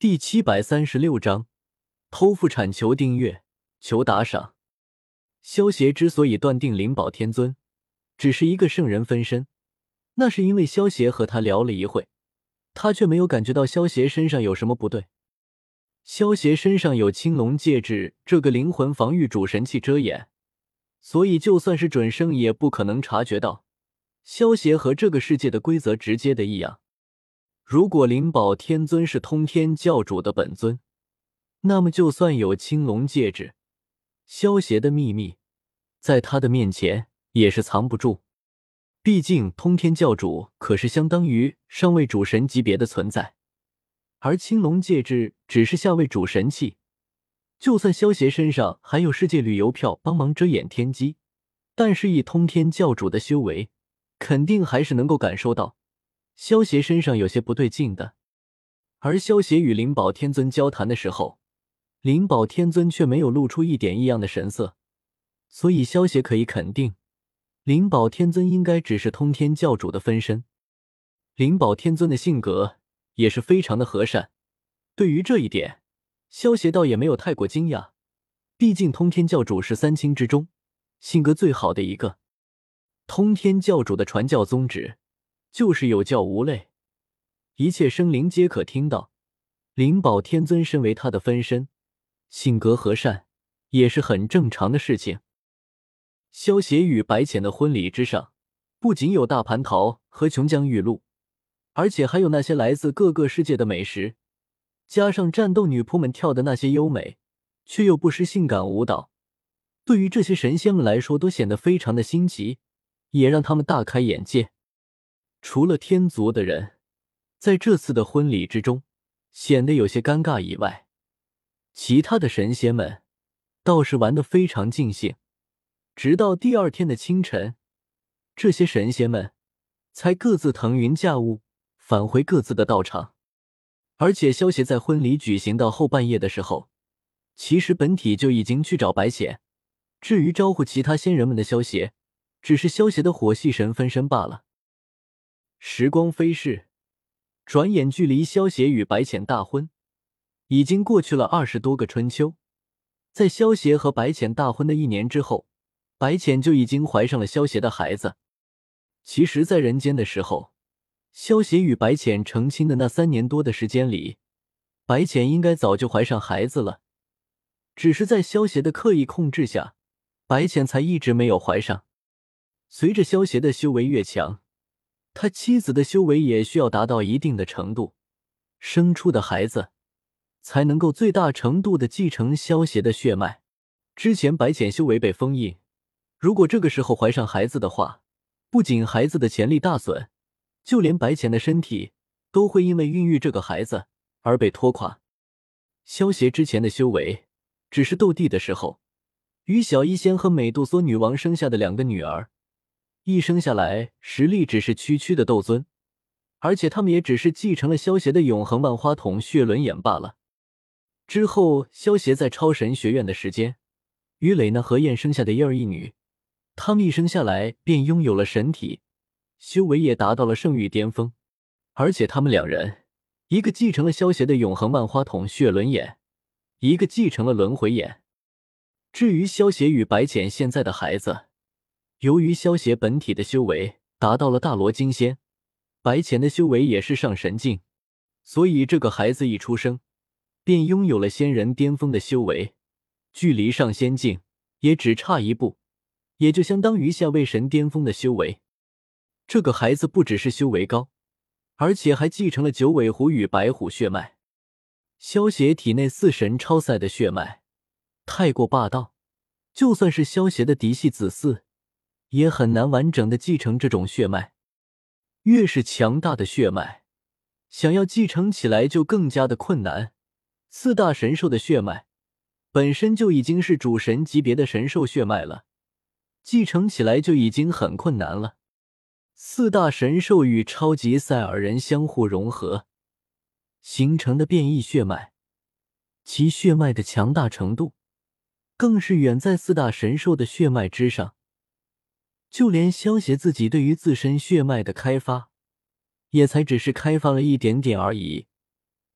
第736章偷富产，求订阅，求打赏。萧协之所以断定灵宝天尊只是一个圣人分身，那是因为萧协和他聊了一会，他却没有感觉到萧协身上有什么不对。萧协身上有青龙戒指这个灵魂防御主神器遮掩，所以就算是准圣也不可能察觉到萧协和这个世界的规则直接的异样。如果灵宝天尊是通天教主的本尊，那么就算有青龙戒指，萧协的秘密在他的面前也是藏不住。毕竟通天教主可是相当于上位主神级别的存在，而青龙戒指只是下位主神器，就算萧协身上还有世界旅游票帮忙遮掩天机，但是以通天教主的修为，肯定还是能够感受到萧协身上有些不对劲的。而萧协与灵宝天尊交谈的时候，灵宝天尊却没有露出一点异样的神色，所以萧协可以肯定灵宝天尊应该只是通天教主的分身。灵宝天尊的性格也是非常的和善，对于这一点萧协倒也没有太过惊讶，毕竟通天教主是三清之中性格最好的一个。通天教主的传教宗旨就是有教无类，一切生灵皆可听到。灵宝天尊身为他的分身，性格和善也是很正常的事情。萧协与白浅的婚礼之上，不仅有大蟠桃和琼浆玉露，而且还有那些来自各个世界的美食，加上战斗女仆们跳的那些优美却又不失性感舞蹈，对于这些神仙们来说都显得非常的新奇，也让他们大开眼界。除了天族的人在这次的婚礼之中显得有些尴尬以外，其他的神仙们倒是玩得非常尽兴。直到第二天的清晨，这些神仙们才各自腾云驾雾返回各自的道场。而且萧协在婚礼举行到后半夜的时候，其实本体就已经去找白浅，至于招呼其他仙人们的萧协，只是萧协的火系神分身罢了。时光飞逝，转眼距离萧协与白浅大婚已经过去了20多个春秋。在萧协和白浅大婚的1年之后，白浅就已经怀上了萧协的孩子。其实在人间的时候，萧协与白浅成亲的那3年多的时间里，白浅应该早就怀上孩子了，只是在萧协的刻意控制下，白浅才一直没有怀上。随着萧协的修为越强，他妻子的修为也需要达到一定的程度，生出的孩子才能够最大程度的继承萧协的血脉。之前白浅修为被封印，如果这个时候怀上孩子的话，不仅孩子的潜力大损，就连白浅的身体都会因为孕育这个孩子而被拖垮。萧协之前的修为只是斗帝的时候与小医仙和美杜莎女王生下的2个女儿，一生下来实力只是区区的斗尊，而且他们也只是继承了萧协的永恒万花筒血轮眼罢了。之后萧协在超神学院的时间与蕾娜和燕生下的一儿一女，他们一生下来便拥有了神体，修为也达到了圣域巅峰，而且他们2人，一个继承了萧协的永恒万花筒血轮眼，一个继承了轮回眼。至于萧协与白浅现在的孩子，由于萧协本体的修为达到了大罗金仙，白浅的修为也是上神境，所以这个孩子一出生便拥有了仙人巅峰的修为，距离上仙境也只差一步，也就相当于下位神巅峰的修为。这个孩子不只是修为高，而且还继承了九尾狐与白虎血脉。萧协体内4神超赛的血脉太过霸道，就算是萧协的嫡系子嗣也很难完整的继承这种血脉。越是强大的血脉，想要继承起来就更加的困难。4大神兽的血脉本身就已经是主神级别的神兽血脉了，继承起来就已经很困难了。4大神兽与超级赛尔人相互融合形成的变异血脉，其血脉的强大程度更是远在4大神兽的血脉之上。就连萧协自己对于自身血脉的开发也才只是开发了一点点而已，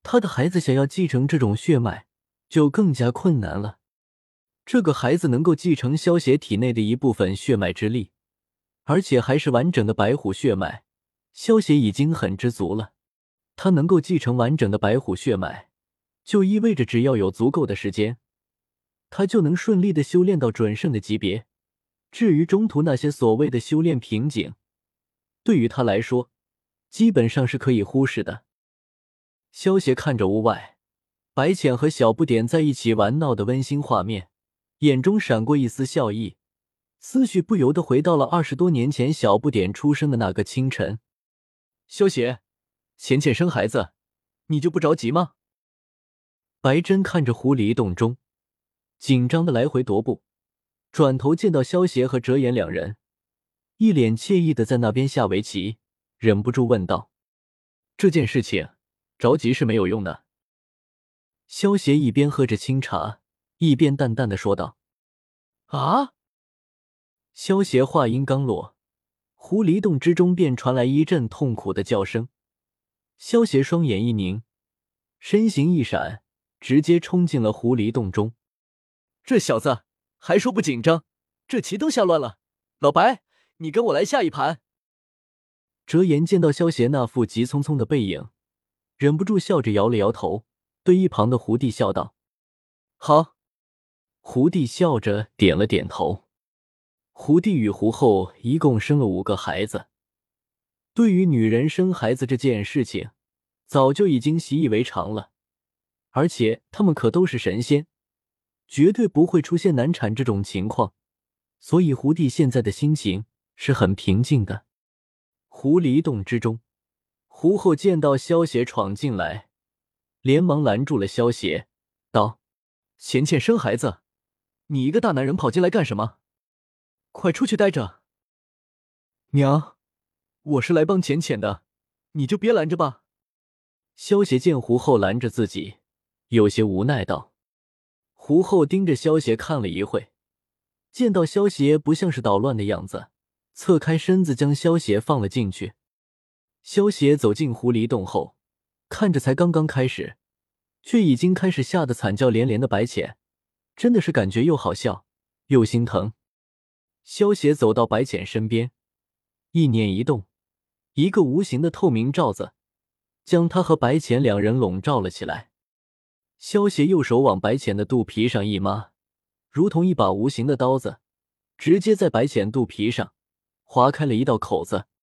他的孩子想要继承这种血脉，就更加困难了。这个孩子能够继承萧协体内的一部分血脉之力，而且还是完整的白虎血脉，萧协已经很知足了。他能够继承完整的白虎血脉，就意味着只要有足够的时间，他就能顺利的修炼到准圣的级别。至于中途那些所谓的修炼瓶颈，对于他来说，基本上是可以忽视的。萧协看着屋外，白浅和小不点在一起玩闹的温馨画面，眼中闪过一丝笑意，思绪不由得回到了20多年前小不点出生的那个清晨。萧协，浅浅生孩子，你就不着急吗？白珍看着狐狸洞中，紧张的来回踱步，转头见到萧协和哲言两人，一脸惬意的在那边下围棋，忍不住问道：这件事情着急是没有用的。萧协一边喝着清茶，一边淡淡的说道：啊！萧协话音刚落，狐狸洞之中便传来一阵痛苦的叫声。萧协双眼一凝，身形一闪，直接冲进了狐狸洞中。这小子还说不紧张，这棋都下乱了。老白，你跟我来下一盘。哲言见到萧协那副急匆匆的背影，忍不住笑着摇了摇头，对一旁的胡弟笑道：好。胡弟笑着点了点头。胡弟与胡后一共生了5个孩子，对于女人生孩子这件事情，早就已经习以为常了，而且他们可都是神仙，绝对不会出现难产这种情况，所以胡弟现在的心情是很平静的。狐狸洞之中，胡后见到萧协闯进来，连忙拦住了萧协，道：浅浅生孩子，你一个大男人跑进来干什么？快出去待着。娘，我是来帮浅浅的，你就别拦着吧。萧协见胡后拦着自己，有些无奈道。胡后盯着萧协看了一会，见到萧协不像是捣乱的样子，侧开身子将萧协放了进去。萧协走进狐狸洞后，看着才刚刚开始，却已经开始吓得惨叫连连的白浅，真的是感觉又好笑又心疼。萧协走到白浅身边，意念一动，一个无形的透明罩子将他和白浅两人笼罩了起来。萧协右手往白浅的肚皮上一抹，如同一把无形的刀子，直接在白浅肚皮上划开了一道口子，